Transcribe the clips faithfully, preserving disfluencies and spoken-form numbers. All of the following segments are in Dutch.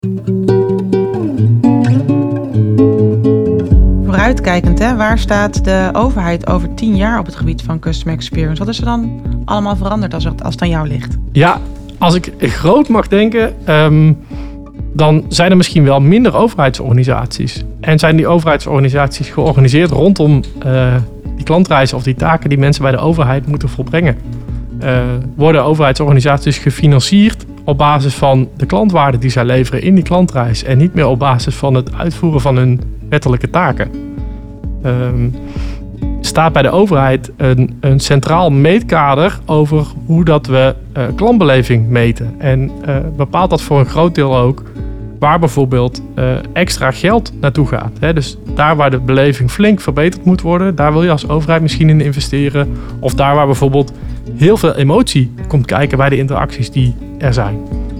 Vooruitkijkend, hè? Waar staat de overheid over tien jaar op het gebied van customer experience? Wat is er dan allemaal veranderd als het, als het aan jou ligt? Ja, als ik groot mag denken, um, dan zijn er misschien wel minder overheidsorganisaties. En zijn die overheidsorganisaties georganiseerd rondom uh, die klantreizen of die taken die mensen bij de overheid moeten volbrengen. Uh, worden overheidsorganisaties gefinancierd op basis van de klantwaarde die zij leveren in die klantreis en niet meer op basis van het uitvoeren van hun wettelijke taken. Um, staat bij de overheid een, een centraal meetkader over hoe dat we uh, klantbeleving meten. En uh, bepaalt dat voor een groot deel ook waar bijvoorbeeld uh, extra geld naartoe gaat. Hè? Dus daar waar de beleving flink verbeterd moet worden, daar wil je als overheid misschien in investeren. Of daar waar bijvoorbeeld heel veel emotie komt kijken bij de interacties die er zijn.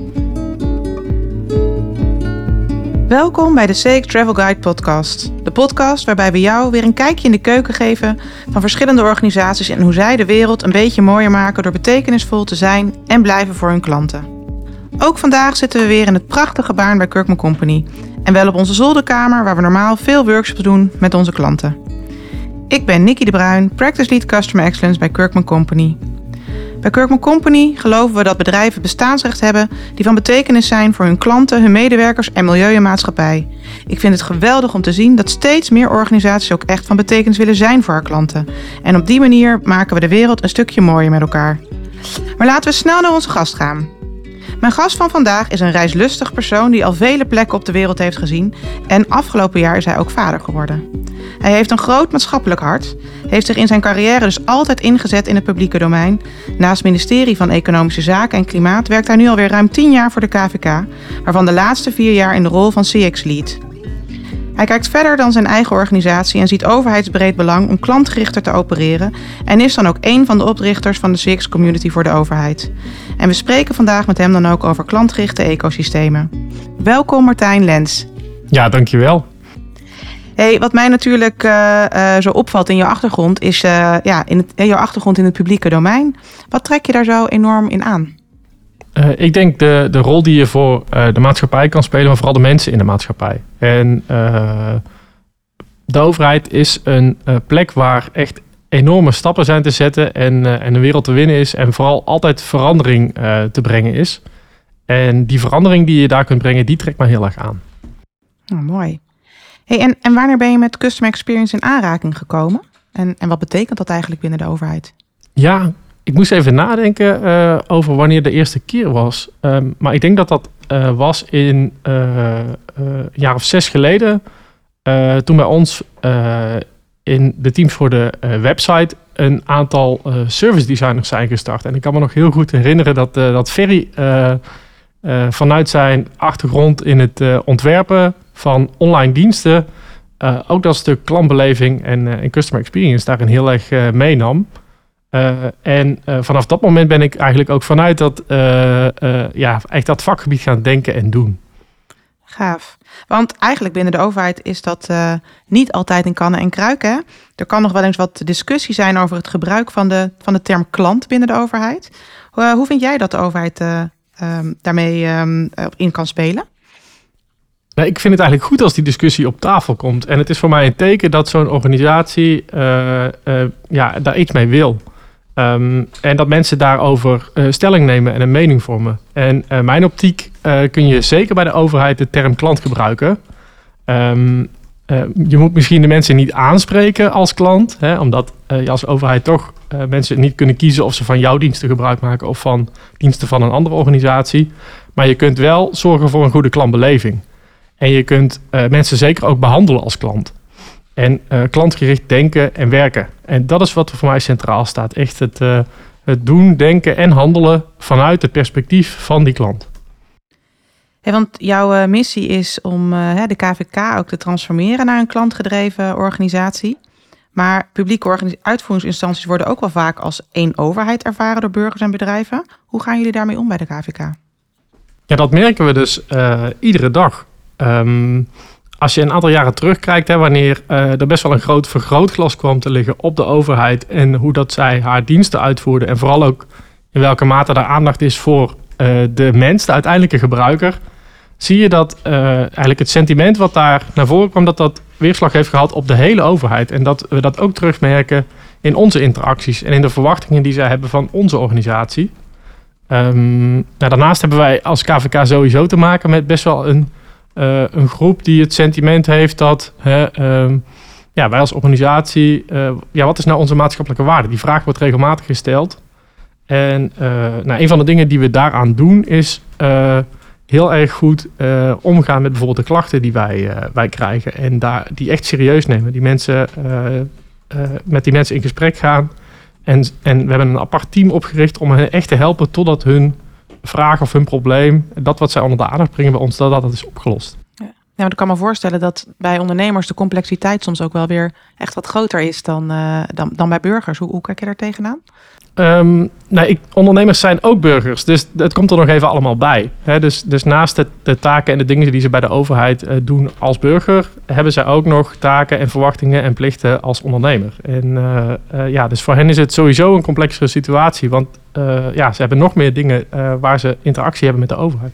Welkom bij de C X Travel Guide podcast. De podcast waarbij we jou weer een kijkje in de keuken geven van verschillende organisaties en hoe zij de wereld een beetje mooier maken door betekenisvol te zijn en blijven voor hun klanten. Ook vandaag zitten we weer in het prachtige Baarn bij Kirkman Company en wel op onze zolderkamer waar we normaal veel workshops doen met onze klanten. Ik ben Nikki de Bruin, Practice Lead Customer Excellence bij Kirkman Company. Bij Kirkman Company geloven we dat bedrijven bestaansrecht hebben die van betekenis zijn voor hun klanten, hun medewerkers en milieu en maatschappij. Ik vind het geweldig om te zien dat steeds meer organisaties ook echt van betekenis willen zijn voor haar klanten. En op die manier maken we de wereld een stukje mooier met elkaar. Maar laten we snel naar onze gast gaan. Mijn gast van vandaag is een reislustig persoon die al vele plekken op de wereld heeft gezien en afgelopen jaar is hij ook vader geworden. Hij heeft een groot maatschappelijk hart, heeft zich in zijn carrière dus altijd ingezet in het publieke domein. Naast het ministerie van Economische Zaken en Klimaat werkt hij nu alweer ruim tien jaar voor de K V K, waarvan de laatste vier jaar in de rol van C X Lead. Hij kijkt verder dan zijn eigen organisatie en ziet overheidsbreed belang om klantgerichter te opereren en is dan ook één van de oprichters van de C X Community voor de overheid. En we spreken vandaag met hem dan ook over klantgerichte ecosystemen. Welkom Martijn Lens. Ja, dankjewel. Hey, wat mij natuurlijk uh, uh, zo opvalt in jouw achtergrond is uh, ja, in het, uh, jouw achtergrond in het publieke domein. Wat trek je daar zo enorm in aan? Uh, ik denk de, de rol die je voor uh, de maatschappij kan spelen, maar vooral de mensen in de maatschappij. En uh, de overheid is een uh, plek waar echt enorme stappen zijn te zetten en, uh, en de wereld te winnen is. En vooral altijd verandering uh, te brengen is. En die verandering die je daar kunt brengen, die trekt mij heel erg aan. Oh, mooi. Hey, en, en wanneer ben je met Customer Experience in aanraking gekomen? En, en wat betekent dat eigenlijk binnen de overheid? Ja, ik moest even nadenken uh, over wanneer de eerste keer was. Um, maar ik denk dat dat uh, was in uh, uh, een jaar of zes geleden. Uh, toen bij ons uh, in de teams voor de uh, website een aantal uh, service designers zijn gestart. En ik kan me nog heel goed herinneren dat, uh, dat Ferry uh, uh, vanuit zijn achtergrond in het uh, ontwerpen van online diensten uh, ook dat stuk klantbeleving en, uh, en customer experience daarin heel erg uh, meenam. Uh, en uh, vanaf dat moment ben ik eigenlijk ook vanuit dat, uh, uh, ja, echt dat vakgebied gaan denken en doen. Gaaf. Want eigenlijk binnen de overheid is dat uh, niet altijd in kannen en kruiken. Hè? Er kan nog wel eens wat discussie zijn over het gebruik van de, van de term klant binnen de overheid. Uh, hoe vind jij dat de overheid uh, um, daarmee um, in kan spelen? Nou, ik vind het eigenlijk goed als die discussie op tafel komt. En het is voor mij een teken dat zo'n organisatie uh, uh, ja, daar iets mee wil. Um, en dat mensen daarover uh, stelling nemen en een mening vormen. En uh, mijn optiek uh, kun je zeker bij de overheid de term klant gebruiken. Um, uh, je moet misschien de mensen niet aanspreken als klant. Hè, omdat uh, je als overheid toch uh, mensen niet kunnen kiezen of ze van jouw diensten gebruik maken of van diensten van een andere organisatie. Maar je kunt wel zorgen voor een goede klantbeleving. En je kunt uh, mensen zeker ook behandelen als klant. En uh, klantgericht denken en werken. En dat is wat voor mij centraal staat. Echt het, uh, het doen, denken en handelen vanuit het perspectief van die klant. Hey, want jouw uh, missie is om uh, de K V K ook te transformeren naar een klantgedreven organisatie. Maar publieke organis- uitvoeringsinstanties worden ook wel vaak als één overheid ervaren door burgers en bedrijven. Hoe gaan jullie daarmee om bij de K V K? Ja, dat merken we dus uh, iedere dag. Um, als je een aantal jaren terugkijkt, hè, wanneer uh, er best wel een groot vergrootglas kwam te liggen op de overheid en hoe dat zij haar diensten uitvoerde en vooral ook in welke mate daar aandacht is voor uh, de mens, de uiteindelijke gebruiker, zie je dat uh, eigenlijk het sentiment wat daar naar voren kwam, dat dat weerslag heeft gehad op de hele overheid. En dat we dat ook terugmerken in onze interacties en in de verwachtingen die zij hebben van onze organisatie. Um, nou, daarnaast hebben wij als K V K sowieso te maken met best wel een, uh, een groep die het sentiment heeft dat hè, um, ja, wij als organisatie, uh, ja, wat is nou onze maatschappelijke waarde? Die vraag wordt regelmatig gesteld. En uh, nou, een van de dingen die we daaraan doen is uh, heel erg goed uh, omgaan met bijvoorbeeld de klachten die wij, uh, wij krijgen. En daar, die echt serieus nemen. Die mensen, uh, uh, met die mensen in gesprek gaan. En, en we hebben een apart team opgericht om hen echt te helpen totdat hun vraag of hun probleem, dat wat zij onder de aandacht brengen bij ons, dat dat is opgelost. Ja, maar ik kan me voorstellen dat bij ondernemers de complexiteit soms ook wel weer echt wat groter is dan, uh, dan, dan bij burgers. Hoe, hoe kijk je daar tegenaan? Um, nou, ik, ondernemers zijn ook burgers, dus het komt er nog even allemaal bij. He, dus, dus naast de, de taken en de dingen die ze bij de overheid uh, doen als burger, hebben zij ook nog taken en verwachtingen en plichten als ondernemer. En uh, uh, ja, dus voor hen is het sowieso een complexere situatie, want uh, ja, ze hebben nog meer dingen uh, waar ze interactie hebben met de overheid.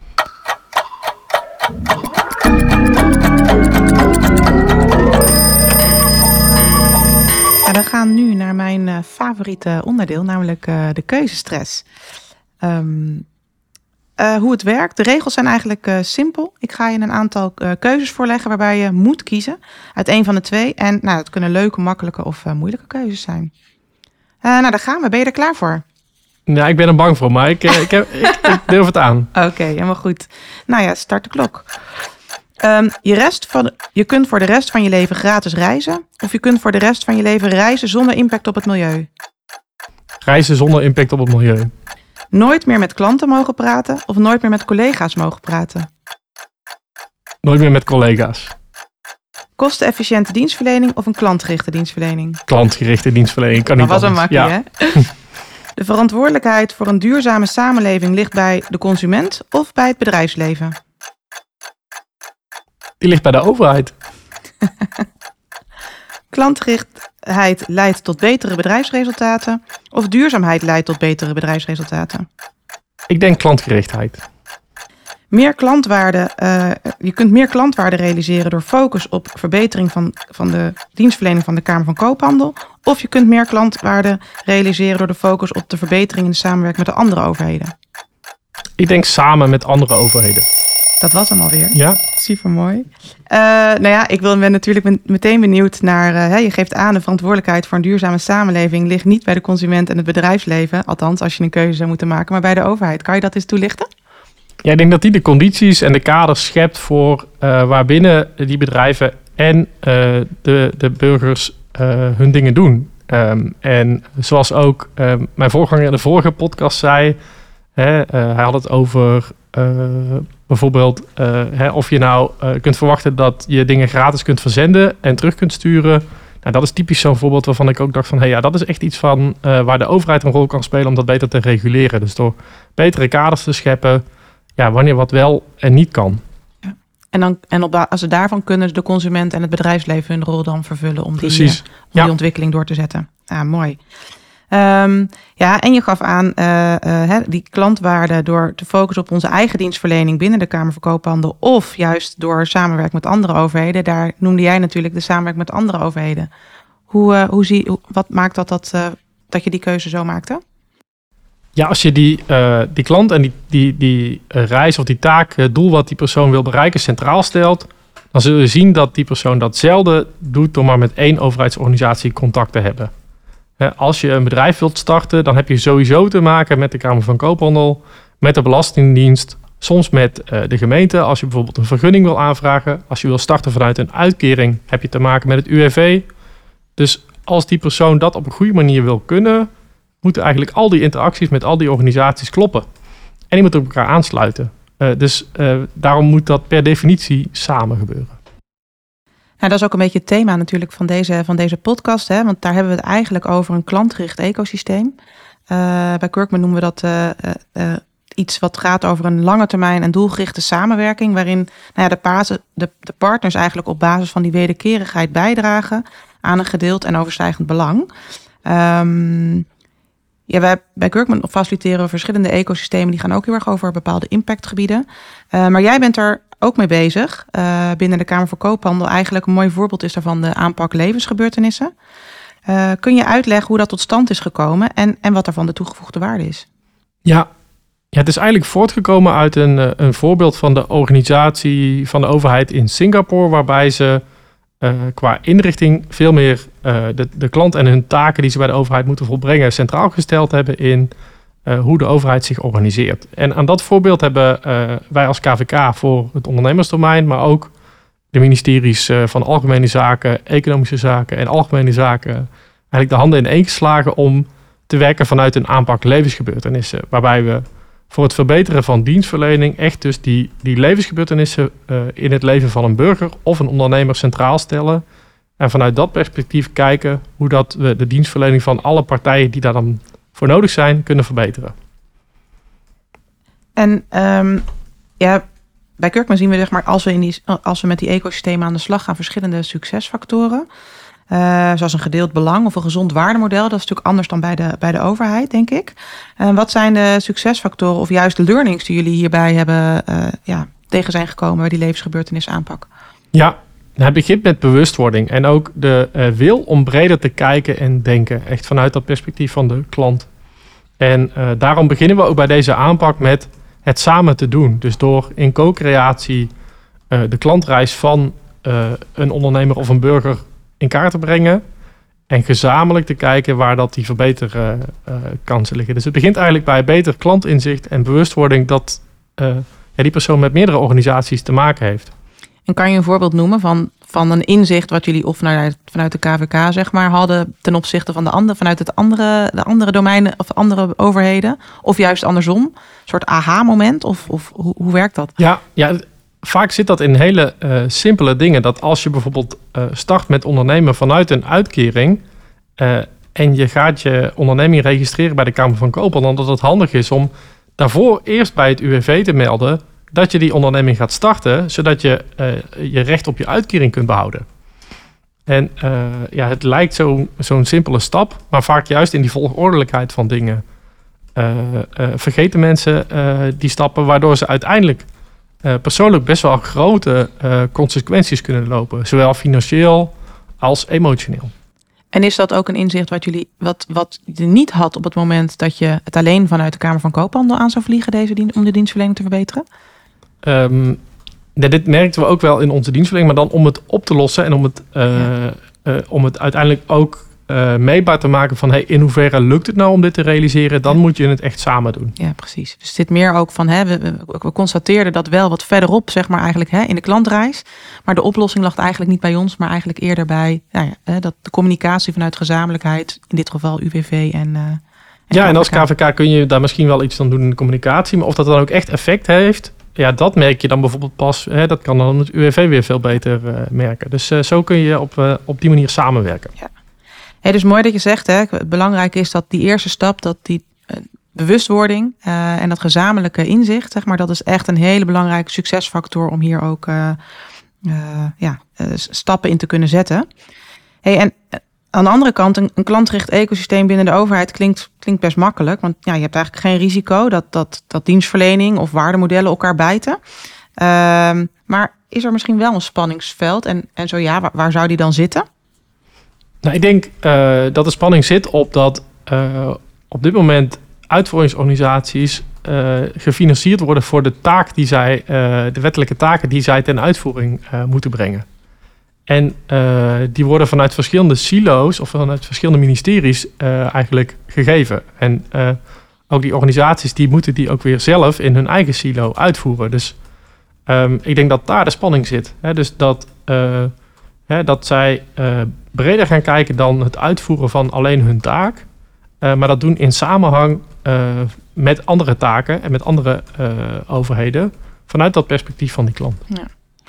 We gaan nu naar mijn uh, favoriete onderdeel, namelijk uh, de keuzestress. Um, uh, hoe het werkt. De regels zijn eigenlijk uh, simpel. Ik ga je een aantal uh, keuzes voorleggen waarbij je moet kiezen uit een van de twee. En nou, het kunnen leuke, makkelijke of uh, moeilijke keuzes zijn. Uh, nou, daar gaan we. Ben je er klaar voor? Ja, ik ben er bang voor, maar ik, ik, heb, ik, ik durf het aan. Oké, okay, helemaal goed. Nou ja, start de klok. Um, je, rest van, je kunt voor de rest van je leven gratis reizen. Of je kunt voor de rest van je leven reizen zonder impact op het milieu. Reizen zonder impact op het milieu. Nooit meer met klanten mogen praten of nooit meer met collega's mogen praten. Nooit meer met collega's. Kostenefficiënte dienstverlening of een klantgerichte dienstverlening? Klantgerichte dienstverlening, kan niet anders. Dat was een makkie, ja. Hè? De verantwoordelijkheid voor een duurzame samenleving ligt bij de consument of bij het bedrijfsleven? Die ligt bij de overheid. Klantgerichtheid leidt tot betere bedrijfsresultaten of duurzaamheid leidt tot betere bedrijfsresultaten? Ik denk klantgerichtheid. Meer klantwaarde, uh, je kunt meer klantwaarde realiseren door focus op verbetering van, van de dienstverlening van de Kamer van Koophandel. Of je kunt meer klantwaarde realiseren door de focus op de verbetering in de samenwerking met de andere overheden. Ik denk samen met andere overheden. Dat was hem alweer. Ja. Super mooi. Uh, nou ja, ik ben natuurlijk meteen benieuwd naar, uh, hè, je geeft aan de verantwoordelijkheid voor een duurzame samenleving ligt niet bij de consument en het bedrijfsleven. Althans, als je een keuze zou moeten maken, maar bij de overheid. Kan je dat eens toelichten? Ja, ik denk dat die de condities en de kaders schept voor uh, waarbinnen die bedrijven en uh, de, de burgers uh, hun dingen doen. Um, en zoals ook uh, mijn voorganger in de vorige podcast zei, hè, uh, hij had het over uh, bijvoorbeeld uh, hè, of je nou uh, kunt verwachten dat je dingen gratis kunt verzenden en terug kunt sturen. Nou, dat is typisch zo'n voorbeeld waarvan ik ook dacht van, hé, hey, ja, dat is echt iets van uh, waar de overheid een rol kan spelen om dat beter te reguleren. Dus door betere kaders te scheppen, ja, wanneer wat wel en niet kan. Ja. En, dan, en op basis daarvan kunnen de consument en het bedrijfsleven hun rol dan vervullen om die, uh, om ja. die ontwikkeling door te zetten. Ja, mooi. Um, ja, en je gaf aan uh, uh, die klantwaarde door te focussen op onze eigen dienstverlening binnen de Kamer van Koophandel of juist door samenwerking met andere overheden. Daar noemde jij natuurlijk de samenwerking met andere overheden. Hoe, uh, hoe zie, hoe, wat maakt dat dat, uh, dat je die keuze zo maakte? Ja, als je die, uh, die klant en die, die, die uh, reis of die taak, het doel wat die persoon wil bereiken, centraal stelt, dan zul je zien dat die persoon dat zelden doet door maar met één overheidsorganisatie contact te hebben. Als je een bedrijf wilt starten, dan heb je sowieso te maken met de Kamer van Koophandel, met de Belastingdienst, soms met uh, de gemeente. Als je bijvoorbeeld een vergunning wil aanvragen, als je wil starten vanuit een uitkering, heb je te maken met het U W V. Dus als die persoon dat op een goede manier wil kunnen, moeten eigenlijk al die interacties met al die organisaties kloppen. En die moeten op elkaar aansluiten. Uh, dus uh, daarom moet dat per definitie samen gebeuren. Nou, dat is ook een beetje het thema natuurlijk van deze, van deze podcast. Hè? Want daar hebben we het eigenlijk over een klantgericht ecosysteem. Uh, bij Kirkman noemen we dat uh, uh, iets wat gaat over een lange termijn en doelgerichte samenwerking. Waarin nou ja, de, basis, de, de partners eigenlijk op basis van die wederkerigheid bijdragen aan een gedeeld en overstijgend belang. Um, Ja, wij bij Kirkman faciliteren we verschillende ecosystemen. Die gaan ook heel erg over bepaalde impactgebieden. Uh, maar jij bent er ook mee bezig. Uh, binnen de Kamer voor Koophandel. Eigenlijk een mooi voorbeeld is daarvan de aanpak levensgebeurtenissen. Uh, kun je uitleggen hoe dat tot stand is gekomen en, en wat daarvan de toegevoegde waarde is? Ja, ja het is eigenlijk voortgekomen uit een, een voorbeeld van de organisatie van de overheid in Singapore, waarbij ze uh, qua inrichting veel meer uh, de, de klant en hun taken die ze bij de overheid moeten volbrengen centraal gesteld hebben in uh, hoe de overheid zich organiseert. En aan dat voorbeeld hebben uh, wij als K V K voor het ondernemersdomein, maar ook de ministeries uh, van Algemene Zaken, Economische Zaken en Algemene Zaken eigenlijk de handen in één geslagen om te werken vanuit een aanpak levensgebeurtenissen. Waarbij we voor het verbeteren van dienstverlening echt dus die, die levensgebeurtenissen uh, in het leven van een burger of een ondernemer centraal stellen. En vanuit dat perspectief kijken hoe dat we de dienstverlening van alle partijen die daar dan voor nodig zijn kunnen verbeteren. En um, ja, bij Kirkman zien we, zeg maar, als we, in die, als we met die ecosystemen aan de slag gaan, verschillende succesfactoren. Uh, zoals een gedeeld belang of een gezond waardemodel. Dat is natuurlijk anders dan bij de, bij de overheid, denk ik. Uh, wat zijn de succesfactoren of juist de learnings die jullie hierbij hebben uh, ja, tegen zijn gekomen bij die levensgebeurtenis aanpak? Ja, het begint met bewustwording en ook de uh, wil om breder te kijken en denken. Echt vanuit dat perspectief van de klant. En uh, daarom beginnen we ook bij deze aanpak met het samen te doen. Dus door in co-creatie uh, de klantreis van uh, een ondernemer of een burger in kaart te brengen en gezamenlijk te kijken waar dat die verbeterkansen uh, liggen. Dus het begint eigenlijk bij beter klantinzicht en bewustwording dat uh, ja, die persoon met meerdere organisaties te maken heeft. En kan je een voorbeeld noemen van, van een inzicht wat jullie of vanuit, vanuit de K V K zeg maar hadden ten opzichte van de andere, vanuit het andere, de andere domeinen of andere overheden, of juist andersom? Een soort aha-moment of, of hoe, hoe werkt dat? Ja, ja, vaak zit dat in hele uh, simpele dingen. Dat als je bijvoorbeeld uh, start met ondernemen vanuit een uitkering uh, en je gaat je onderneming registreren bij de Kamer van Koophandel, dat het handig is om daarvoor eerst bij het U W V te melden dat je die onderneming gaat starten, zodat je uh, je recht op je uitkering kunt behouden. En uh, ja, het lijkt zo, zo'n simpele stap, maar vaak juist in die volgordelijkheid van dingen uh, uh, vergeten mensen uh, die stappen, waardoor ze uiteindelijk uh, persoonlijk best wel grote uh, consequenties kunnen lopen, zowel financieel als emotioneel. En is dat ook een inzicht wat jullie wat, wat je niet had op het moment dat je het alleen vanuit de Kamer van Koophandel aan zou vliegen, deze dien, om de dienstverlening te verbeteren? Um, ja, dit merkten we ook wel in onze dienstverlening, maar dan om het op te lossen en om het, uh, ja. uh, om het uiteindelijk ook uh, meetbaar te maken van hey, in hoeverre lukt het nou om dit te realiseren, dan ja. moet je het echt samen doen. Ja, precies. Dus dit meer ook van, hè, we, we, we constateerden dat wel wat verderop, zeg maar eigenlijk hè, in de klantreis, maar de oplossing lag eigenlijk niet bij ons, maar eigenlijk eerder bij nou ja, hè, dat de communicatie vanuit gezamenlijkheid, in dit geval U W V en... Uh, en ja, en als K V K kun je daar misschien wel iets aan doen in de communicatie, maar of dat dan ook echt effect heeft, ja, dat merk je dan bijvoorbeeld pas. Hè, dat kan dan het U W V weer veel beter uh, merken. Dus uh, zo kun je op, uh, op die manier samenwerken. Ja. Hey, dus mooi dat je zegt, hè, het belangrijke is dat die eerste stap, dat die uh, bewustwording uh, en dat gezamenlijke inzicht, zeg maar, dat is echt een hele belangrijke succesfactor om hier ook uh, uh, ja, uh, stappen in te kunnen zetten. Hey, en uh, aan de andere kant, een, een klantgericht ecosysteem binnen de overheid klinkt, klinkt best makkelijk. Want ja, je hebt eigenlijk geen risico dat, dat, dat dienstverlening of waardemodellen elkaar bijten. Uh, maar is er misschien wel een spanningsveld? En, en zo ja, waar, waar zou die dan zitten? Nou, ik denk uh, dat de spanning zit op dat uh, op dit moment uitvoeringsorganisaties uh, gefinancierd worden voor de taak die zij, uh, de wettelijke taken die zij ten uitvoering uh, moeten brengen. En uh, die worden vanuit verschillende silo's of vanuit verschillende ministeries uh, eigenlijk gegeven. En uh, ook die organisaties die moeten die ook weer zelf in hun eigen silo uitvoeren. Dus um, ik denk dat daar de spanning zit. Hè? Dus dat, uh, hè, dat zij uh, breder gaan kijken dan het uitvoeren van alleen hun taak. Uh, maar dat doen in samenhang uh, met andere taken en met andere uh, overheden. Vanuit dat perspectief van die klant. Ja.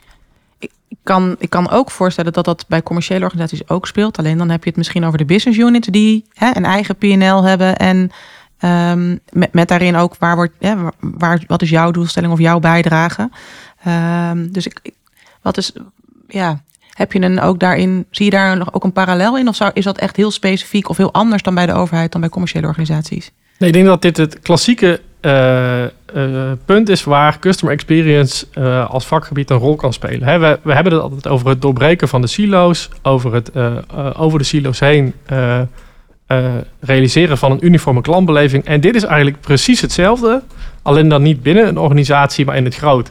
Ik kan, ik kan ook voorstellen dat dat bij commerciële organisaties ook speelt. Alleen dan heb je het misschien over de business units die hè, een eigen P en L hebben. En um, met, met daarin ook waar wordt, hè, waar, wat is jouw doelstelling of jouw bijdrage. Um, dus ik, ik, wat is, ja, Heb je een ook daarin, zie je daar nog ook een parallel in? Of zou, is dat echt heel specifiek of heel anders dan bij de overheid dan bij commerciële organisaties? Nee, ik denk dat dit het klassieke uh, uh, punt is waar customer experience uh, als vakgebied een rol kan spelen. Hè, we, we hebben het altijd over het doorbreken van de silo's, over het uh, uh, over de silo's heen uh, uh, realiseren van een uniforme klantbeleving. En dit is eigenlijk precies hetzelfde, alleen dan niet binnen een organisatie, maar in het groot.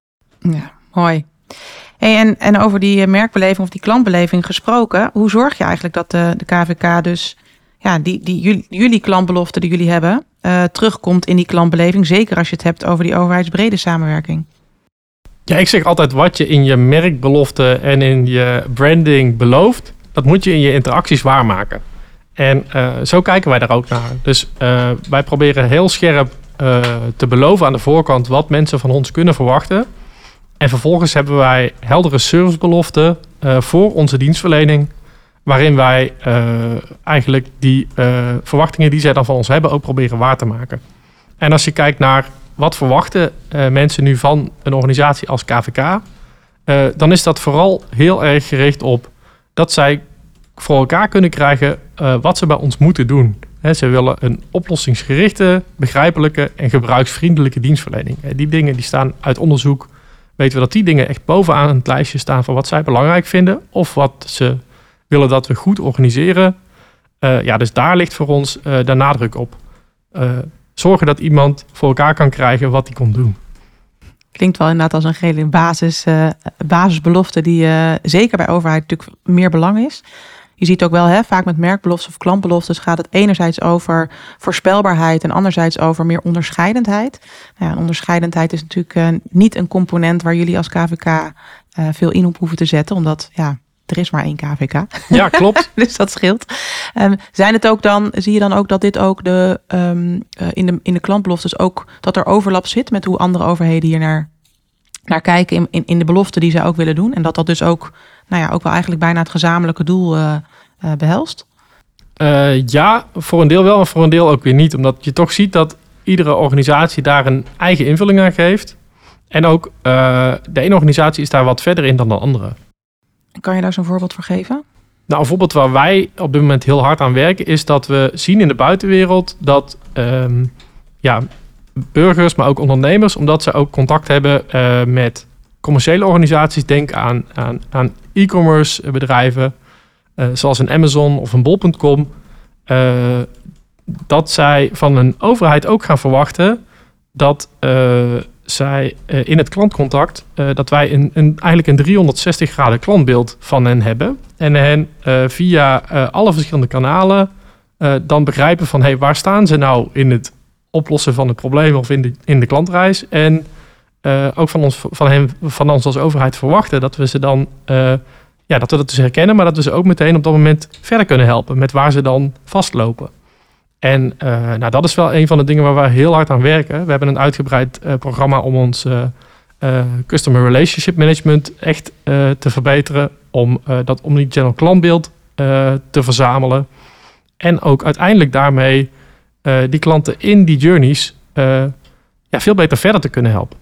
Ja, mooi. Hey, en, en over die merkbeleving of die klantbeleving gesproken, hoe zorg je eigenlijk dat de, de K V K dus ja, die, die jullie, jullie klantbelofte die jullie hebben, uh, terugkomt in die klantbeleving, zeker als je het hebt over die overheidsbrede samenwerking? Ja, ik zeg altijd wat je in je merkbelofte en in je branding belooft, dat moet je in je interacties waarmaken. En uh, zo kijken wij daar ook naar. Dus uh, wij proberen heel scherp uh, te beloven aan de voorkant wat mensen van ons kunnen verwachten. En vervolgens hebben wij heldere servicebeloften uh, voor onze dienstverlening, waarin wij uh, eigenlijk die uh, verwachtingen die zij dan van ons hebben ook proberen waar te maken. En als je kijkt naar wat verwachten uh, mensen nu van een organisatie als K V K, uh, dan is dat vooral heel erg gericht op dat zij voor elkaar kunnen krijgen uh, wat ze bij ons moeten doen. He, ze willen een oplossingsgerichte, begrijpelijke en gebruiksvriendelijke dienstverlening. Uh, die dingen die staan uit onderzoek, weten we dat die dingen echt bovenaan het lijstje staan van wat zij belangrijk vinden of wat ze willen dat we goed organiseren. Uh, ja, dus daar ligt voor ons uh, de nadruk op. Uh, zorgen dat iemand voor elkaar kan krijgen wat hij komt doen. Klinkt wel inderdaad als een gele basis, uh, basisbelofte die uh, zeker bij overheid natuurlijk meer belang is. Je ziet ook wel, hè, vaak met merkbeloftes of klantbeloftes gaat het enerzijds over voorspelbaarheid en anderzijds over meer onderscheidendheid. Nou ja, onderscheidendheid is natuurlijk uh, niet een component waar jullie als K V K uh, veel in op hoeven te zetten, omdat ja, er is maar één K V K. Ja, klopt. Dus dat scheelt. Um, zijn het ook dan, zie je dan ook dat dit ook de, um, uh, in de in de klantbeloftes ook dat er overlap zit met hoe andere overheden hier naar, naar kijken in, in, in de beloften die zij ook willen doen? En dat dat dus ook, nou ja, ook wel eigenlijk bijna het gezamenlijke doel uh, uh, behelst? Uh, ja, voor een deel wel en voor een deel ook weer niet. Omdat je toch ziet dat iedere organisatie daar een eigen invulling aan geeft. En ook uh, de ene organisatie is daar wat verder in dan de andere. Kan je daar zo'n voorbeeld voor geven? Nou, een voorbeeld waar wij op dit moment heel hard aan werken is dat we zien in de buitenwereld dat um, ja, burgers, maar ook ondernemers, omdat ze ook contact hebben uh, met commerciële organisaties, denk aan, aan, aan e-commerce bedrijven, uh, zoals een Amazon of een bol punt com, uh, dat zij van een overheid ook gaan verwachten dat uh, zij uh, in het klantcontact, uh, dat wij een, een, eigenlijk een driehonderdzestig graden klantbeeld van hen hebben. En hen uh, via uh, alle verschillende kanalen uh, dan begrijpen van, hey, waar staan ze nou in het oplossen van het probleem of in de, in de klantreis? En uh, ook van ons, van, hen, van ons als overheid verwachten dat we ze dan, uh, ja, dat we dat dus herkennen, maar dat we ze ook meteen op dat moment verder kunnen helpen met waar ze dan vastlopen. En uh, nou, dat is wel een van de dingen waar we heel hard aan werken. We hebben een uitgebreid uh, programma om ons uh, uh, Customer Relationship Management echt uh, te verbeteren. Om uh, dat omnichannel klantbeeld uh, te verzamelen. En ook uiteindelijk daarmee uh, die klanten in die journeys uh, ja, veel beter verder te kunnen helpen.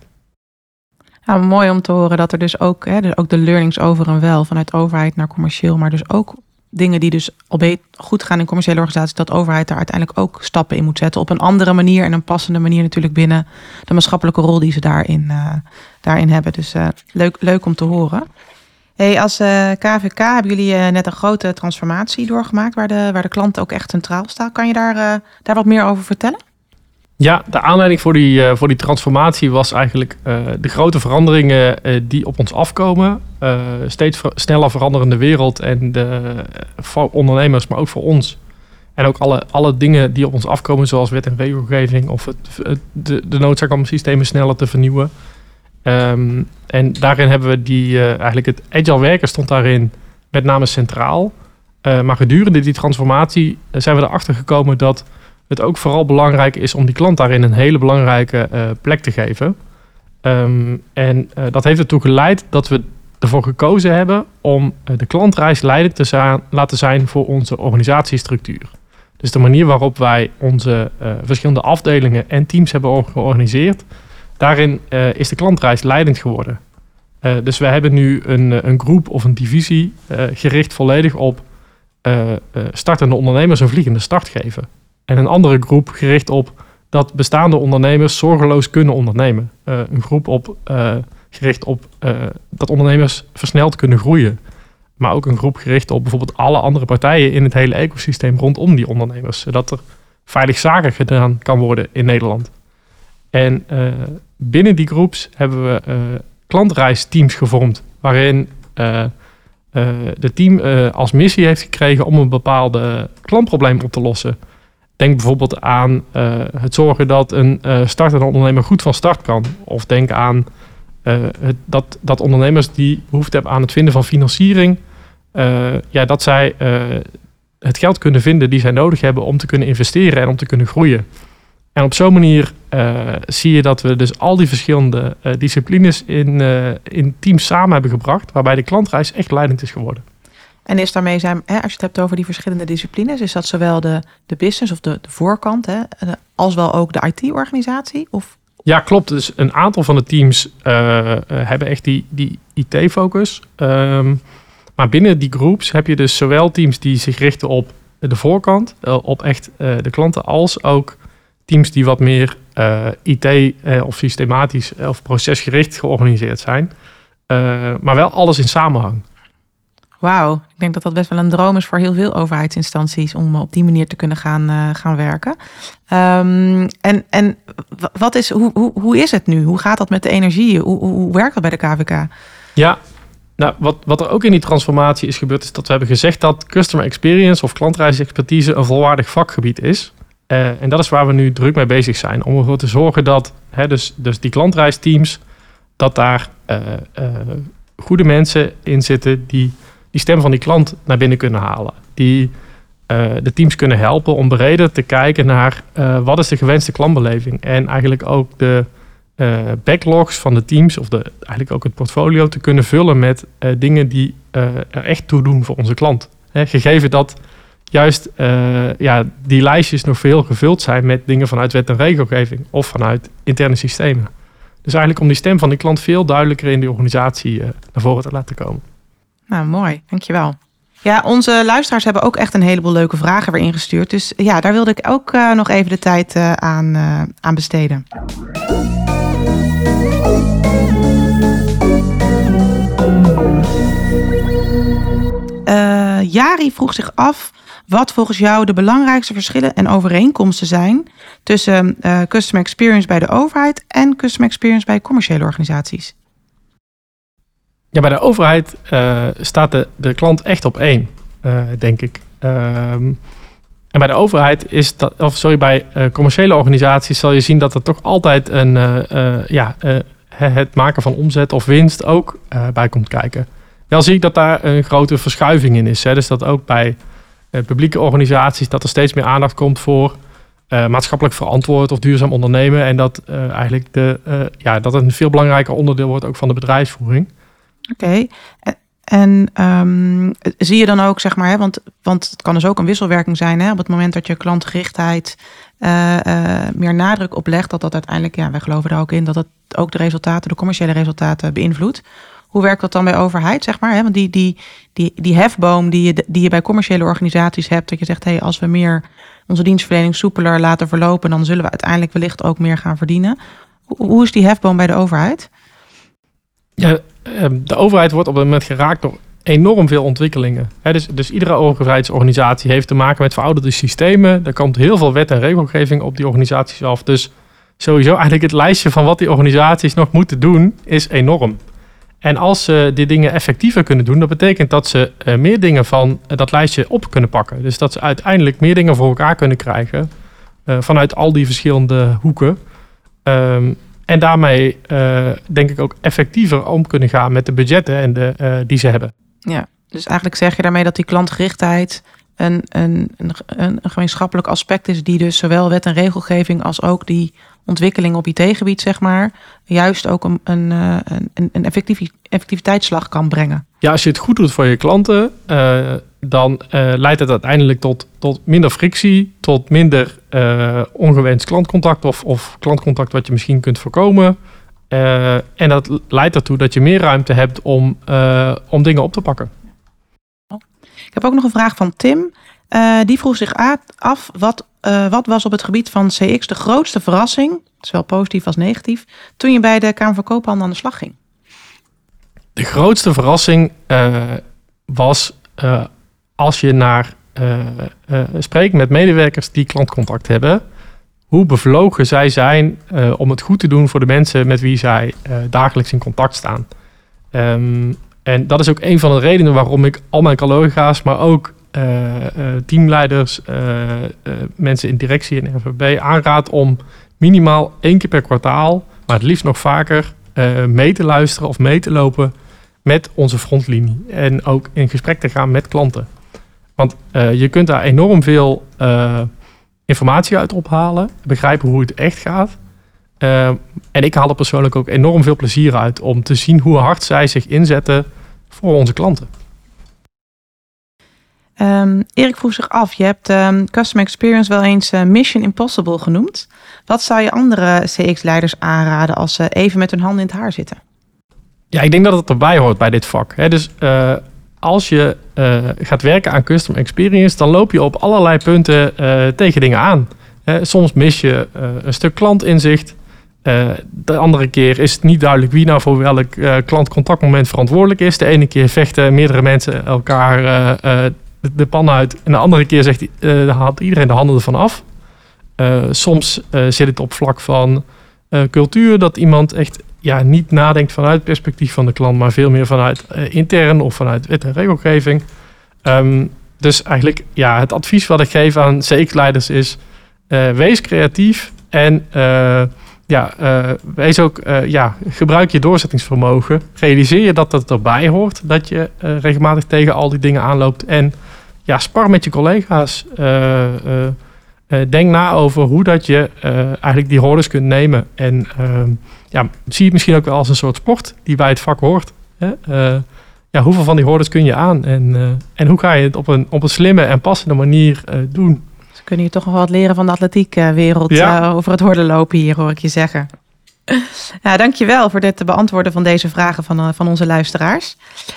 Nou, mooi om te horen dat er dus ook, hè, dus ook de learnings over en wel vanuit overheid naar commercieel, maar dus ook dingen die dus al goed gaan in commerciële organisaties, dat de overheid daar uiteindelijk ook stappen in moet zetten. Op een andere manier en een passende manier natuurlijk binnen de maatschappelijke rol die ze daarin, uh, daarin hebben. Dus uh, leuk, leuk om te horen. Hey, als uh, K V K hebben jullie uh, net een grote transformatie doorgemaakt, waar de, waar de klant ook echt centraal staat. Kan je daar, uh, daar wat meer over vertellen? Ja, de aanleiding voor die, uh, voor die transformatie was eigenlijk uh, de grote veranderingen uh, die op ons afkomen. Uh, steeds ver- sneller veranderende wereld en de, uh, voor ondernemers, maar ook voor ons. En ook alle, alle dingen die op ons afkomen, zoals wet en regelgeving of het, het, de, de noodzaak om systemen sneller te vernieuwen. Um, en daarin hebben we die, uh, eigenlijk het agile werken stond daarin met name centraal. Uh, maar gedurende die transformatie uh, zijn we erachter gekomen dat het ook vooral belangrijk is om die klant daarin een hele belangrijke uh, plek te geven. Um, en uh, dat heeft ertoe geleid dat we ervoor gekozen hebben om uh, de klantreis leidend te za- laten zijn voor onze organisatiestructuur. Dus de manier waarop wij onze uh, verschillende afdelingen en teams hebben georganiseerd, daarin uh, is de klantreis leidend geworden. Uh, dus we hebben nu een, een groep of een divisie uh, gericht volledig op uh, uh, startende ondernemers een vliegende start geven. En een andere groep gericht op dat bestaande ondernemers zorgeloos kunnen ondernemen. Uh, een groep op, uh, gericht op uh, dat ondernemers versneld kunnen groeien. Maar ook een groep gericht op bijvoorbeeld alle andere partijen in het hele ecosysteem rondom die ondernemers. Zodat er veilig zaken gedaan kan worden in Nederland. En uh, binnen die groeps hebben we uh, klantreisteams gevormd. Waarin uh, uh, de team uh, als missie heeft gekregen om een bepaalde klantprobleem op te lossen. Denk bijvoorbeeld aan uh, het zorgen dat een uh, startende ondernemer goed van start kan. Of denk aan uh, het, dat, dat ondernemers die behoefte hebben aan het vinden van financiering, uh, ja, dat zij uh, het geld kunnen vinden die zij nodig hebben om te kunnen investeren en om te kunnen groeien. En op zo'n manier uh, zie je dat we dus al die verschillende uh, disciplines in, uh, in teams samen hebben gebracht, waarbij de klantreis echt leidend is geworden. En is daarmee zijn, hè, als je het hebt over die verschillende disciplines, is dat zowel de, de business of de, de voorkant, hè, als wel ook de I T-organisatie? Of? Ja, klopt. Dus een aantal van de teams uh, uh, hebben echt die, die I T-focus. Um, maar binnen die groeps heb je dus zowel teams die zich richten op de voorkant, uh, op echt uh, de klanten, als ook teams die wat meer uh, I T uh, of systematisch uh, of procesgericht georganiseerd zijn. Uh, maar wel alles in samenhang. Wauw, ik denk dat dat best wel een droom is voor heel veel overheidsinstanties om op die manier te kunnen gaan, uh, gaan werken. Um, en en wat is, hoe, hoe, hoe is het nu? Hoe gaat dat met de energie? Hoe, hoe, hoe werkt dat bij de K V K? Ja, nou, wat, wat er ook in die transformatie is gebeurd, is dat we hebben gezegd dat customer experience of klantreisexpertise een volwaardig vakgebied is. Uh, en dat is waar we nu druk mee bezig zijn. Om ervoor te zorgen dat hè, dus, dus die klantreisteams, dat daar uh, uh, goede mensen in zitten die die stem van die klant naar binnen kunnen halen. Die uh, de teams kunnen helpen om breder te kijken naar uh, wat is de gewenste klantbeleving. En eigenlijk ook de uh, backlogs van de teams, of de, eigenlijk ook het portfolio te kunnen vullen met uh, dingen die uh, er echt toe doen voor onze klant. Hè, gegeven dat juist uh, ja, die lijstjes nog veel gevuld zijn met dingen vanuit wet en regelgeving of vanuit interne systemen. Dus eigenlijk om die stem van die klant veel duidelijker in die organisatie uh, naar voren te laten komen. Nou, mooi. Dankjewel. Ja, onze luisteraars hebben ook echt een heleboel leuke vragen weer ingestuurd. Dus ja, daar wilde ik ook uh, nog even de tijd uh, aan, uh, aan besteden. Uh, Jari vroeg zich af wat volgens jou de belangrijkste verschillen en overeenkomsten zijn tussen uh, customer experience bij de overheid en customer experience bij commerciële organisaties. Ja, bij de overheid uh, staat de, de klant echt op één, uh, denk ik. Um, en bij de overheid is dat, of sorry, bij uh, commerciële organisaties zal je zien dat er toch altijd een, uh, uh, ja, uh, het maken van omzet of winst ook uh, bij komt kijken. Wel zie ik dat daar een grote verschuiving in is. Hè. Dus dat ook bij uh, publieke organisaties dat er steeds meer aandacht komt voor uh, maatschappelijk verantwoord of duurzaam ondernemen. En dat uh, eigenlijk de, uh, ja, dat een veel belangrijker onderdeel wordt ook van de bedrijfsvoering. Oké, okay. En um, zie je dan ook, zeg maar, hè, want, want het kan dus ook een wisselwerking zijn, hè, op het moment dat je klantgerichtheid uh, uh, meer nadruk op legt, dat dat uiteindelijk, ja, wij geloven er ook in, dat het ook de resultaten, de commerciële resultaten beïnvloedt. Hoe werkt dat dan bij overheid, zeg maar? Hè? Want die, die, die, die hefboom die je, die je bij commerciële organisaties hebt, dat je zegt, hey, als we meer onze dienstverlening soepeler laten verlopen, dan zullen we uiteindelijk wellicht ook meer gaan verdienen. Hoe, hoe is die hefboom bij de overheid? Ja, de overheid wordt op het moment geraakt door enorm veel ontwikkelingen. He, dus, dus iedere overheidsorganisatie heeft te maken met verouderde systemen. Er komt heel veel wet en regelgeving op die organisaties af. Dus sowieso eigenlijk het lijstje van wat die organisaties nog moeten doen is enorm. En als ze die dingen effectiever kunnen doen, dat betekent dat ze uh, meer dingen van uh, dat lijstje op kunnen pakken. Dus dat ze uiteindelijk meer dingen voor elkaar kunnen krijgen uh, vanuit al die verschillende hoeken. Um, En daarmee uh, denk ik ook effectiever om kunnen gaan met de budgetten en de, uh, die ze hebben. Ja, dus eigenlijk zeg je daarmee dat die klantgerichtheid een, een, een, een gemeenschappelijk aspect is die dus zowel wet en regelgeving als ook die ontwikkeling op I T-gebied, zeg maar, juist ook een, een, een, een effectiviteitsslag kan brengen. Ja, als je het goed doet voor je klanten, uh, dan uh, leidt het uiteindelijk tot, tot minder frictie, tot minder uh, ongewenst klantcontact of, of klantcontact wat je misschien kunt voorkomen. Uh, en dat leidt ertoe dat je meer ruimte hebt om, uh, om dingen op te pakken. Ik heb ook nog een vraag van Tim. Uh, die vroeg zich af, wat, uh, wat was op het gebied van C X de grootste verrassing, zowel positief als negatief, toen je bij de Kamer van Koophandel aan de slag ging? De grootste verrassing uh, was uh, als je naar uh, uh, spreekt met medewerkers die klantcontact hebben, hoe bevlogen zij zijn uh, om het goed te doen voor de mensen met wie zij uh, dagelijks in contact staan. Um, en dat is ook een van de redenen waarom ik al mijn collega's, maar ook uh, uh, teamleiders, uh, uh, mensen in directie en R V B aanraad om minimaal één keer per kwartaal, maar het liefst nog vaker, uh, mee te luisteren of mee te lopen met onze frontlinie. En ook in gesprek te gaan met klanten. Want uh, je kunt daar enorm veel uh, informatie uit ophalen, begrijpen hoe het echt gaat. Uh, en ik haal er persoonlijk ook enorm veel plezier uit om te zien hoe hard zij zich inzetten voor onze klanten. Um, Erik vroeg zich af, je hebt um, Customer Experience wel eens uh, Mission Impossible genoemd. Wat zou je andere C X-leiders aanraden als ze even met hun handen in het haar zitten? Ja, ik denk dat het erbij hoort bij dit vak. Hè. Dus uh, als je uh, gaat werken aan Customer Experience, dan loop je op allerlei punten uh, tegen dingen aan. Hè. Soms mis je uh, een stuk klantinzicht. Uh, de andere keer is het niet duidelijk wie nou voor welk uh, klantcontactmoment verantwoordelijk is. De ene keer vechten meerdere mensen elkaar uh, uh, de, de pan uit. En de andere keer zegt uh, haalt iedereen de handen ervan af. Uh, soms uh, zit het op vlak van uh, cultuur, dat iemand echt ja, niet nadenkt vanuit het perspectief van de klant, maar veel meer vanuit uh, intern of vanuit wet en regelgeving. Um, dus eigenlijk ja, het advies wat ik geef aan C X-leiders is, uh, wees creatief en uh, ja, uh, wees ook, uh, ja, gebruik je doorzettingsvermogen. Realiseer je dat het erbij hoort, dat je uh, regelmatig tegen al die dingen aanloopt. En ja, spar met je collega's. Uh, uh, uh, denk na over hoe dat je uh, eigenlijk die hordes kunt nemen. En uh, ja, zie het misschien ook wel als een soort sport die bij het vak hoort. Hè? Uh, ja, hoeveel van die hordes kun je aan? En, uh, en hoe ga je het op een, op een slimme en passende manier uh, doen? Ze kunnen je toch nog wat leren van de atletiekwereld ja. uh, over het hordenlopen hier, hoor ik je zeggen. Ja, dankjewel voor dit beantwoorden van deze vragen van, uh, van onze luisteraars.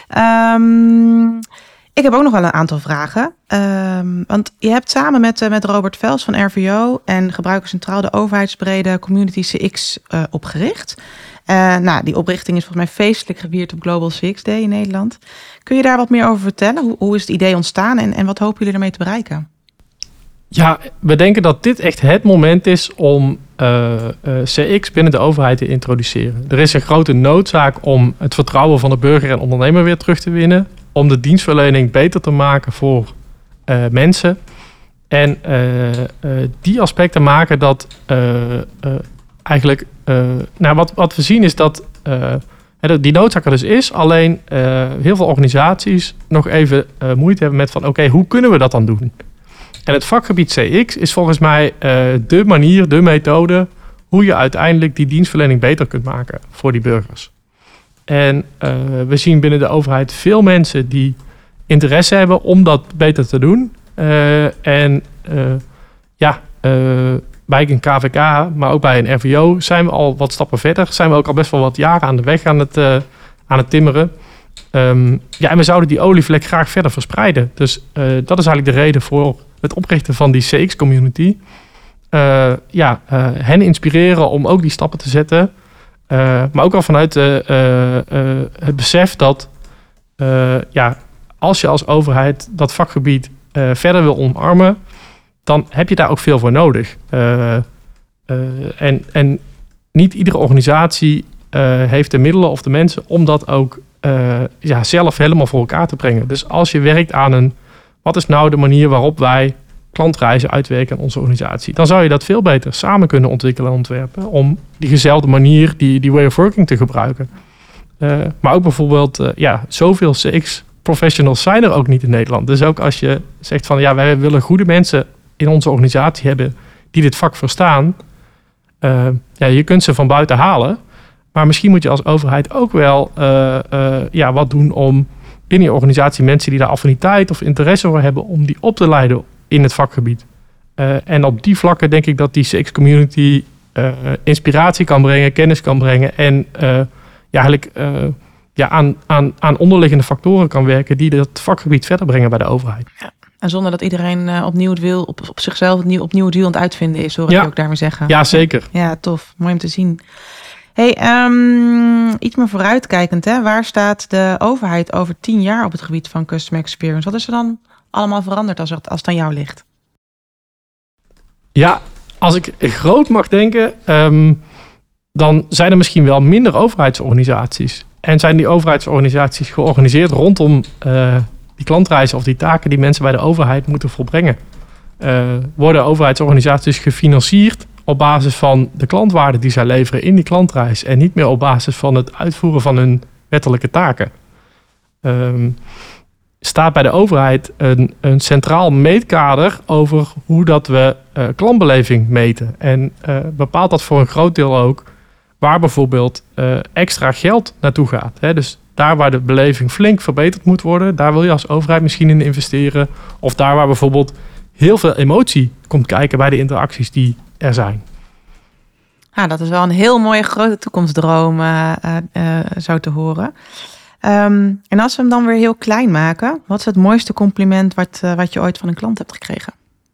Um, ik heb ook nog wel een aantal vragen. Um, want je hebt samen met, uh, met Robert Vels van R V O en Gebruiker Centraal de overheidsbrede Community C X uh, opgericht. Uh, nou, die oprichting is volgens mij feestelijk gevierd op Global C X Day in Nederland. Kun je daar wat meer over vertellen? Hoe, hoe is het idee ontstaan en, en wat hopen jullie ermee te bereiken? Ja, we denken dat dit echt het moment is om uh, uh, C X binnen de overheid te introduceren. Er is een grote noodzaak om het vertrouwen van de burger en ondernemer weer terug te winnen. Om de dienstverlening beter te maken voor uh, mensen. En uh, uh, die aspecten maken dat uh, uh, eigenlijk... Uh, nou, wat, wat we zien is dat uh, die noodzaak er dus is. Alleen uh, heel veel organisaties nog even uh, moeite hebben met van... oké, okay, hoe kunnen we dat dan doen? En het vakgebied C X is volgens mij uh, de manier, de methode... hoe je uiteindelijk die dienstverlening beter kunt maken voor die burgers. En uh, we zien binnen de overheid veel mensen die interesse hebben om dat beter te doen. Uh, en uh, ja, uh, bij een K V K, maar ook bij een R V O zijn we al wat stappen verder. Zijn we ook al best wel wat jaren aan de weg aan het, uh, aan het timmeren. Um, ja, en we zouden die olievlek graag verder verspreiden. Dus uh, dat is eigenlijk de reden voor het oprichten van die C X-community. Uh, ja, uh, hen inspireren om ook die stappen te zetten. Uh, maar ook al vanuit uh, uh, uh, het besef dat uh, ja, als je als overheid dat vakgebied uh, verder wil omarmen, dan heb je daar ook veel voor nodig. Uh, uh, en, en niet iedere organisatie uh, heeft de middelen of de mensen om dat ook uh, ja, zelf helemaal voor elkaar te brengen. Dus als je werkt aan een, wat is nou de manier waarop wij klantreizen uitwerken aan onze organisatie, dan zou je dat veel beter samen kunnen ontwikkelen en ontwerpen om diezelfde manier, die, die way of working te gebruiken. Uh, maar ook bijvoorbeeld, uh, ja, zoveel C X-professionals zijn er ook niet in Nederland. Dus ook als je zegt van, ja, wij willen goede mensen in onze organisatie hebben die dit vak verstaan. Uh, ja, je kunt ze van buiten halen. Maar misschien moet je als overheid ook wel uh, uh, ja, wat doen om binnen je organisatie mensen die daar affiniteit of interesse voor hebben, om die op te leiden in het vakgebied. Uh, en op die vlakken denk ik dat die C X-community uh, inspiratie kan brengen, kennis kan brengen en uh, ja, eigenlijk uh, ja, aan, aan, aan onderliggende factoren kan werken die dat vakgebied verder brengen bij de overheid. Ja. En zonder dat iedereen uh, opnieuw het wiel, op, op zichzelf opnieuw, opnieuw het wiel aan het uitvinden is, hoor ik ja. je ook daarmee zeggen. Ja, zeker. Ja, tof. Mooi om te zien. Hey, um, iets meer vooruitkijkend, hè? Waar staat de overheid over tien jaar op het gebied van customer experience? Wat is er dan allemaal veranderd als het, als het aan jou ligt? Ja, als ik groot mag denken, um, dan zijn er misschien wel minder overheidsorganisaties. En zijn die overheidsorganisaties georganiseerd rondom uh, die klantreizen of die taken die mensen bij de overheid moeten volbrengen. Uh, worden overheidsorganisaties gefinancierd op basis van de klantwaarde die zij leveren in die klantreis en niet meer op basis van het uitvoeren van hun wettelijke taken. Um, staat bij de overheid een, een centraal meetkader over hoe dat we uh, klantbeleving meten. En uh, bepaalt dat voor een groot deel ook waar bijvoorbeeld uh, extra geld naartoe gaat. Hè? Dus daar waar de beleving flink verbeterd moet worden, daar wil je als overheid misschien in investeren. Of daar waar bijvoorbeeld heel veel emotie komt kijken bij de interacties die er zijn. Ah, dat is wel een heel mooie grote toekomstdroom, uh, uh, uh, zo te horen. Um, en als we hem dan weer heel klein maken, wat is het mooiste compliment wat, uh, wat je ooit van een klant hebt gekregen?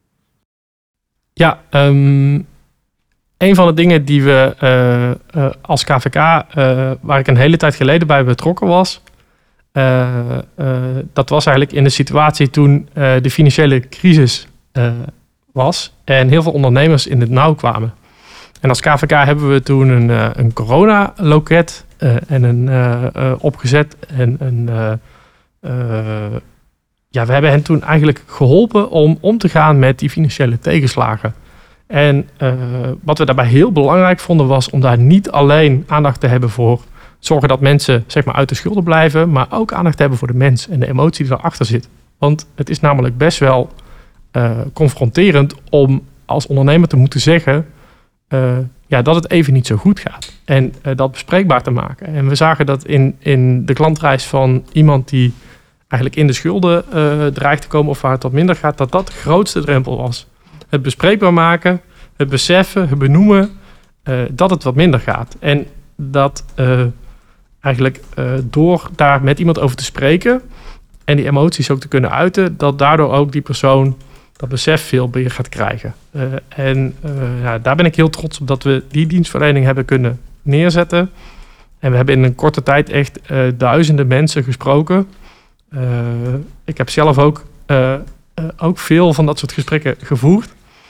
Ja, um, een van de dingen die we uh, uh, als K V K, uh, waar ik een hele tijd geleden bij betrokken was, uh, uh, dat was eigenlijk in de situatie toen uh, de financiële crisis uh, was en heel veel ondernemers in het nauw kwamen. En als K V K hebben we toen een, uh, een corona-loket uh, en een uh, uh, opgezet. En een, uh, uh, ja, we hebben hen toen eigenlijk geholpen om om te gaan met die financiële tegenslagen. En uh, wat we daarbij heel belangrijk vonden was om daar niet alleen aandacht te hebben voor zorgen dat mensen zeg maar uit de schulden blijven, maar ook aandacht te hebben voor de mens en de emotie die erachter zit. Want het is namelijk best wel uh, confronterend om als ondernemer te moeten zeggen Uh, ja, dat het even niet zo goed gaat. En uh, dat bespreekbaar te maken. En we zagen dat in, in de klantreis van iemand die eigenlijk in de schulden uh, dreigt te komen of waar het wat minder gaat, dat dat de grootste drempel was. Het bespreekbaar maken, het beseffen, het benoemen uh, dat het wat minder gaat. En dat uh, eigenlijk uh, door daar met iemand over te spreken en die emoties ook te kunnen uiten, dat daardoor ook die persoon dat besef veel meer gaat krijgen. Uh, en uh, ja, daar ben ik heel trots op dat we die dienstverlening hebben kunnen neerzetten. En we hebben in een korte tijd echt uh, duizenden mensen gesproken. Uh, ik heb zelf ook, uh, uh, ook veel van dat soort gesprekken gevoerd.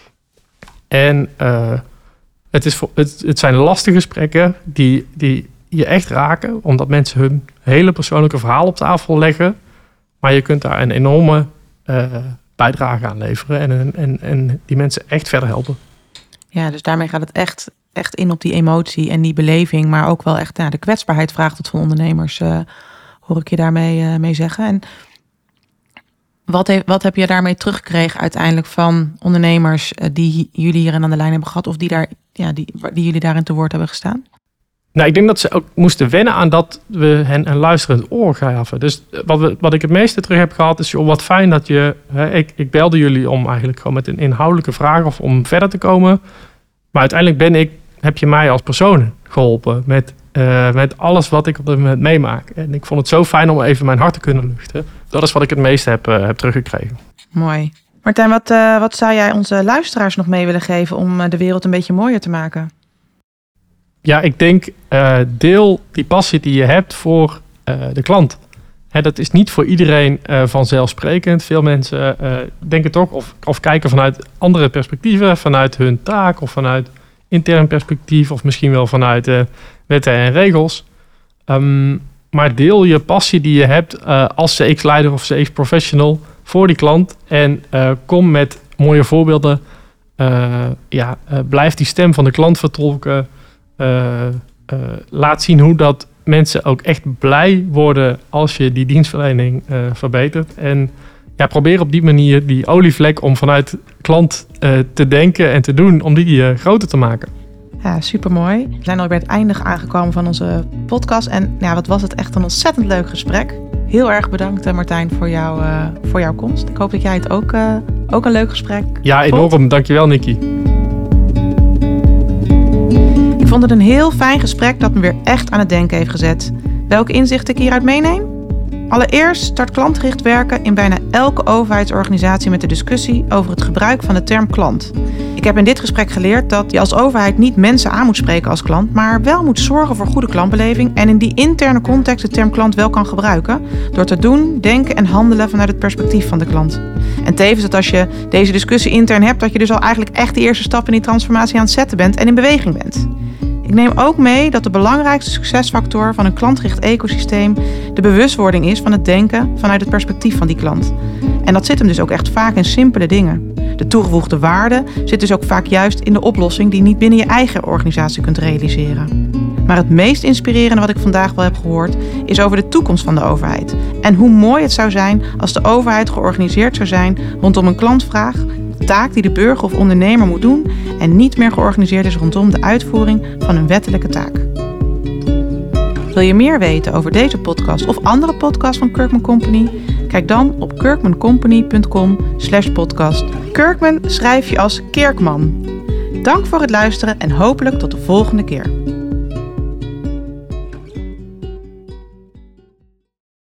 En uh, het, is voor, het, het zijn lastige gesprekken die, die je echt raken, omdat mensen hun hele persoonlijke verhaal op tafel leggen. Maar je kunt daar een enorme Uh, bijdrage aan leveren en, en, en die mensen echt verder helpen. Ja, dus daarmee gaat het echt, echt in op die emotie en die beleving, maar ook wel echt ja, de kwetsbaarheid vraagt het van ondernemers, uh, hoor ik je daarmee uh, mee zeggen. En wat, he, wat heb je daarmee teruggekregen uiteindelijk van ondernemers uh, die jullie hierin aan de lijn hebben gehad of die, daar, ja, die, die jullie daarin te woord hebben gestaan? Nou, ik denk dat ze ook moesten wennen aan dat we hen een luisterend oor gaven. Dus wat, we, wat ik het meeste terug heb gehad is, joh, wat fijn dat je... Hè, ik, ik belde jullie om eigenlijk gewoon met een inhoudelijke vraag of om verder te komen. Maar uiteindelijk ben ik, heb je mij als persoon geholpen met, uh, met alles wat ik op dit moment meemaak. En ik vond het zo fijn om even mijn hart te kunnen luchten. Dat is wat ik het meeste heb, uh, heb teruggekregen. Mooi. Martijn, wat, uh, wat zou jij onze luisteraars nog mee willen geven om uh, de wereld een beetje mooier te maken? Ja, ik denk uh, deel die passie die je hebt voor uh, de klant. Hè, dat is niet voor iedereen uh, vanzelfsprekend. Veel mensen uh, denken toch of, of kijken vanuit andere perspectieven, vanuit hun taak of vanuit intern perspectief of misschien wel vanuit uh, wetten en regels. Um, maar deel je passie die je hebt uh, als C X-leider of C X-professional voor die klant en uh, kom met mooie voorbeelden. Uh, ja, uh, blijf die stem van de klant vertolken. Uh, uh, laat zien hoe dat mensen ook echt blij worden als je die dienstverlening uh, verbetert. En ja, probeer op die manier die olievlek om vanuit klant uh, te denken en te doen, om die uh, groter te maken. Ja, supermooi. We zijn al bij het einde aangekomen van onze podcast. En ja, wat was het echt een ontzettend leuk gesprek. Heel erg bedankt Martijn voor, jou, uh, voor jouw komst. Ik hoop dat jij het ook, uh, ook een leuk gesprek Ja, enorm. vond. Dankjewel Nikki. vond het een heel fijn gesprek dat me weer echt aan het denken heeft gezet. Welke inzichten ik hieruit meeneem? Allereerst start klantgericht werken in bijna elke overheidsorganisatie met de discussie over het gebruik van de term klant. Ik heb in dit gesprek geleerd dat je als overheid niet mensen aan moet spreken als klant, maar wel moet zorgen voor goede klantbeleving en in die interne context de term klant wel kan gebruiken door te doen, denken en handelen vanuit het perspectief van de klant. En tevens dat als je deze discussie intern hebt, dat je dus al eigenlijk echt de eerste stap in die transformatie aan het zetten bent en in beweging bent. Ik neem ook mee dat de belangrijkste succesfactor van een klantgericht ecosysteem de bewustwording is van het denken vanuit het perspectief van die klant. En dat zit hem dus ook echt vaak in simpele dingen. De toegevoegde waarde zit dus ook vaak juist in de oplossing die je niet binnen je eigen organisatie kunt realiseren. Maar het meest inspirerende wat ik vandaag wel heb gehoord is over de toekomst van de overheid. En hoe mooi het zou zijn als de overheid georganiseerd zou zijn rondom een klantvraag, de taak die de burger of ondernemer moet doen en niet meer georganiseerd is rondom de uitvoering van een wettelijke taak. Wil je meer weten over deze podcast of andere podcasts van Kirkman Company? Kijk dan op kirkmancompany punt com slash podcast. Kirkman schrijf je als Kerkman. Dank voor het luisteren en hopelijk tot de volgende keer.